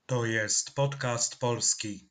To jest podcast polski.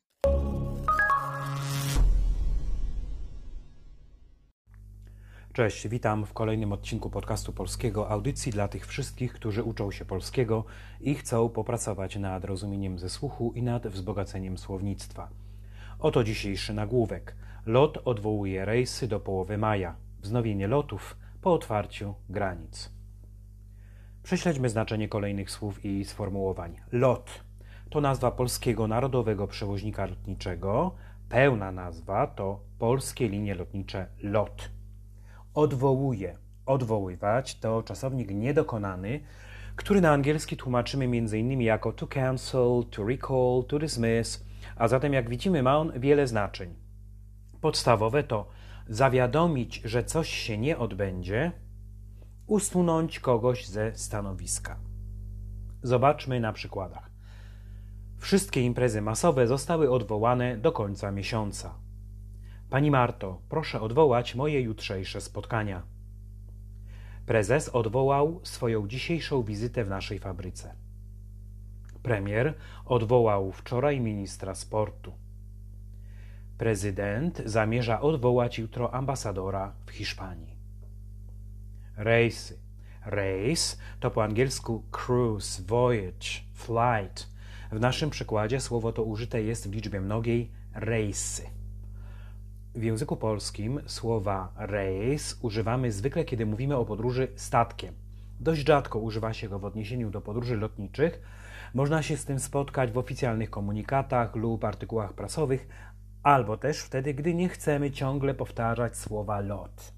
Cześć, witam w kolejnym odcinku podcastu polskiego, audycji dla tych wszystkich, którzy uczą się polskiego i chcą popracować nad rozumieniem ze słuchu i nad wzbogaceniem słownictwa. Oto dzisiejszy nagłówek. LOT odwołuje rejsy do połowy maja. Wznowienie lotów po otwarciu granic. Prześledźmy znaczenie kolejnych słów i sformułowań. LOT to nazwa polskiego narodowego przewoźnika lotniczego. Pełna nazwa to Polskie Linie Lotnicze LOT. Odwołuje. Odwoływać to czasownik niedokonany, który na angielski tłumaczymy m.in. jako to cancel, to recall, to dismiss, a zatem jak widzimy ma on wiele znaczeń. Podstawowe to zawiadomić, że coś się nie odbędzie, usunąć kogoś ze stanowiska. Zobaczmy na przykładach. Wszystkie imprezy masowe zostały odwołane do końca miesiąca. Pani Marto, proszę odwołać moje jutrzejsze spotkania. Prezes odwołał swoją dzisiejszą wizytę w naszej fabryce. Premier odwołał wczoraj ministra sportu. Prezydent zamierza odwołać jutro ambasadora w Hiszpanii. Rejsy. Race to po angielsku cruise, voyage, flight. W naszym przykładzie słowo to użyte jest w liczbie mnogiej rejsy. W języku polskim słowa rejs używamy zwykle, kiedy mówimy o podróży statkiem. Dość rzadko używa się go w odniesieniu do podróży lotniczych. Można się z tym spotkać w oficjalnych komunikatach lub artykułach prasowych, albo też wtedy, gdy nie chcemy ciągle powtarzać słowa lot.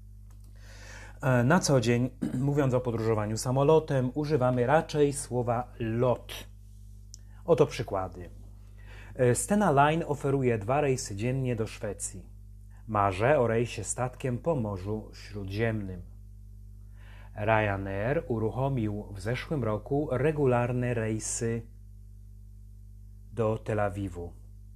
Na co dzień, mówiąc o podróżowaniu samolotem, używamy raczej słowa lot. Oto przykłady. Stena Line oferuje 2 rejsy dziennie do Szwecji. Marzę o rejsie statkiem po Morzu Śródziemnym. Ryanair uruchomił w zeszłym roku regularne rejsy do Tel Awiwu.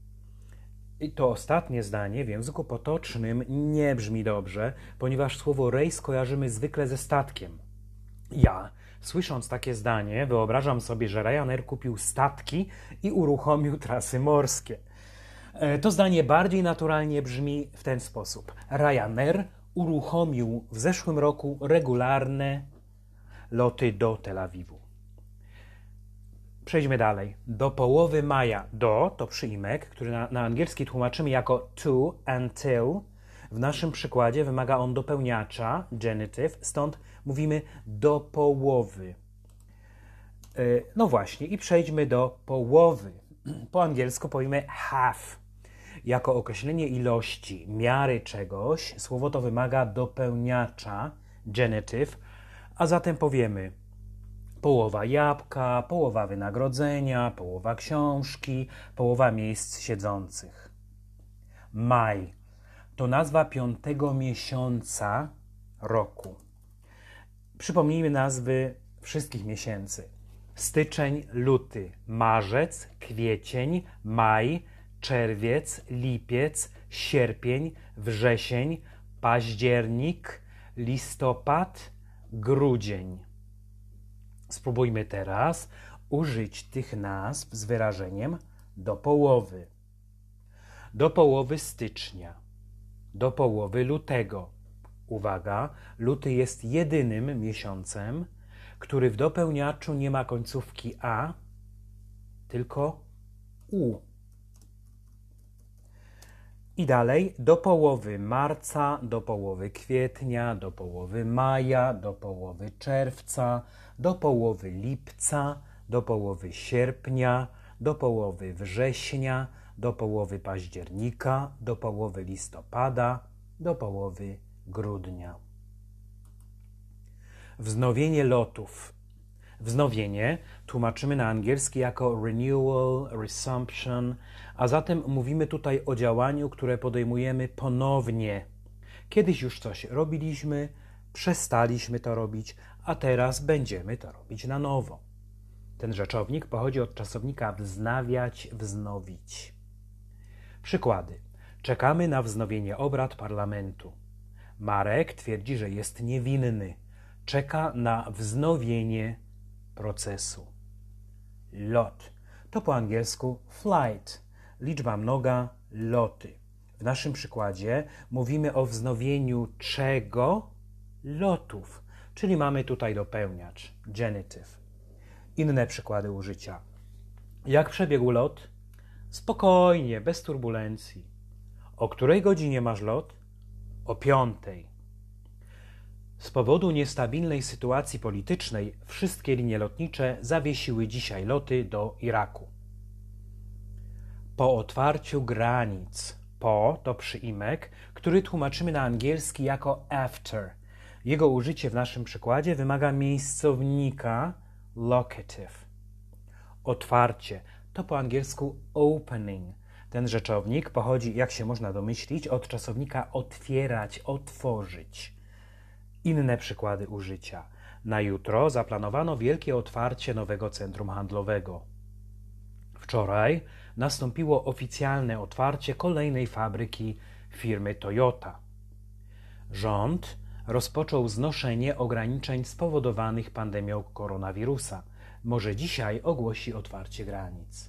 I to ostatnie zdanie w języku potocznym nie brzmi dobrze, ponieważ słowo rejs kojarzymy zwykle ze statkiem. Ja, słysząc takie zdanie, wyobrażam sobie, że Ryanair kupił statki i uruchomił trasy morskie. To zdanie bardziej naturalnie brzmi w ten sposób. Ryanair uruchomił w zeszłym roku regularne loty do Tel Awiwu. Przejdźmy dalej. Do połowy maja. Do to przyimek, który na angielski tłumaczymy jako to, until. W naszym przykładzie wymaga on dopełniacza, genitive, stąd mówimy do połowy. No właśnie, i przejdźmy do połowy. Po angielsku powiemy half. Jako określenie ilości, miary czegoś, słowo to wymaga dopełniacza, genitive, a zatem powiemy połowa jabłka, połowa wynagrodzenia, połowa książki, połowa miejsc siedzących. Maj to nazwa 5. miesiąca roku. Przypomnijmy nazwy wszystkich miesięcy. Styczeń, luty, marzec, kwiecień, maj, czerwiec, lipiec, sierpień, wrzesień, październik, listopad, grudzień. Spróbujmy teraz użyć tych nazw z wyrażeniem do połowy. Do połowy stycznia. Do połowy lutego. Uwaga, luty jest jedynym miesiącem, który w dopełniaczu nie ma końcówki a, tylko u. I dalej do połowy marca, do połowy kwietnia, do połowy maja, do połowy czerwca, do połowy lipca, do połowy sierpnia, do połowy września, do połowy października, do połowy listopada, do połowy grudnia. Wznowienie lotów. Wznowienie tłumaczymy na angielski jako renewal, resumption, a zatem mówimy tutaj o działaniu, które podejmujemy ponownie. Kiedyś już coś robiliśmy, przestaliśmy to robić, a teraz będziemy to robić na nowo. Ten rzeczownik pochodzi od czasownika wznawiać, wznowić. Przykłady. Czekamy na wznowienie obrad parlamentu. Marek twierdzi, że jest niewinny. Czeka na wznowienie procesu. Lot to po angielsku flight, liczba mnoga, loty. W naszym przykładzie mówimy o wznowieniu czego? Lotów, czyli mamy tutaj dopełniacz, genitive. Inne przykłady użycia. Jak przebiegł lot? Spokojnie, bez turbulencji. O której godzinie masz lot? O 5:00. Z powodu niestabilnej sytuacji politycznej wszystkie linie lotnicze zawiesiły dzisiaj loty do Iraku. Po otwarciu granic. Po to przyimek, który tłumaczymy na angielski jako after. Jego użycie w naszym przykładzie wymaga miejscownika locative. Otwarcie to po angielsku opening. Ten rzeczownik pochodzi, jak się można domyślić, od czasownika otwierać, otworzyć. Inne przykłady użycia. Na jutro zaplanowano wielkie otwarcie nowego centrum handlowego. Wczoraj nastąpiło oficjalne otwarcie kolejnej fabryki firmy Toyota. Rząd rozpoczął znoszenie ograniczeń spowodowanych pandemią koronawirusa. Może dzisiaj ogłosi otwarcie granic.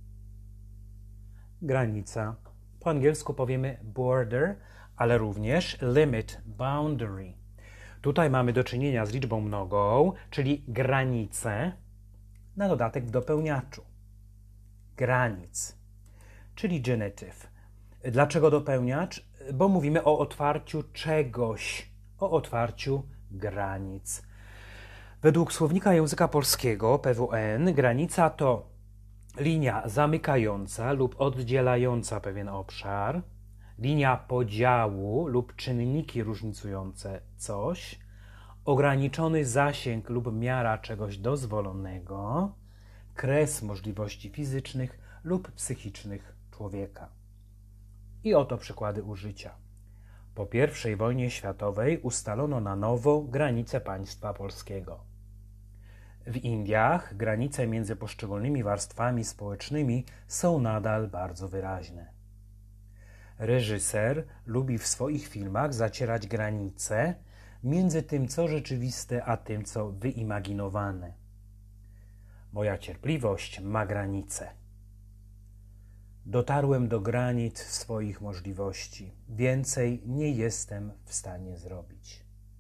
Granica. Po angielsku powiemy border, ale również limit, boundary. Tutaj mamy do czynienia z liczbą mnogą, czyli granice, na dodatek w dopełniaczu. Granic, czyli genitive. Dlaczego dopełniacz? Bo mówimy o otwarciu czegoś, o otwarciu granic. Według słownika języka polskiego PWN granica to linia zamykająca lub oddzielająca pewien obszar, linia podziału lub czynniki różnicujące coś, ograniczony zasięg lub miara czegoś dozwolonego, kres możliwości fizycznych lub psychicznych człowieka. I oto przykłady użycia. Po I wojnie światowej ustalono na nowo granice państwa polskiego. W Indiach granice między poszczególnymi warstwami społecznymi są nadal bardzo wyraźne. Reżyser lubi w swoich filmach zacierać granice między tym, co rzeczywiste, a tym, co wyimaginowane. Moja cierpliwość ma granice. Dotarłem do granic swoich możliwości. Więcej nie jestem w stanie zrobić.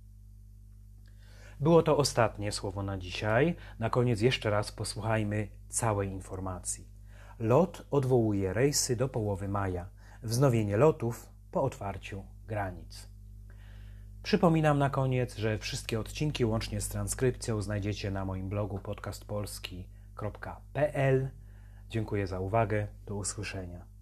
Było to ostatnie słowo na dzisiaj. Na koniec jeszcze raz posłuchajmy całej informacji. Lot odwołuje rejsy do połowy maja. Wznowienie lotów po otwarciu granic. Przypominam na koniec, że wszystkie odcinki łącznie z transkrypcją znajdziecie na moim blogu podcastpolski.pl. Dziękuję za uwagę. Do usłyszenia.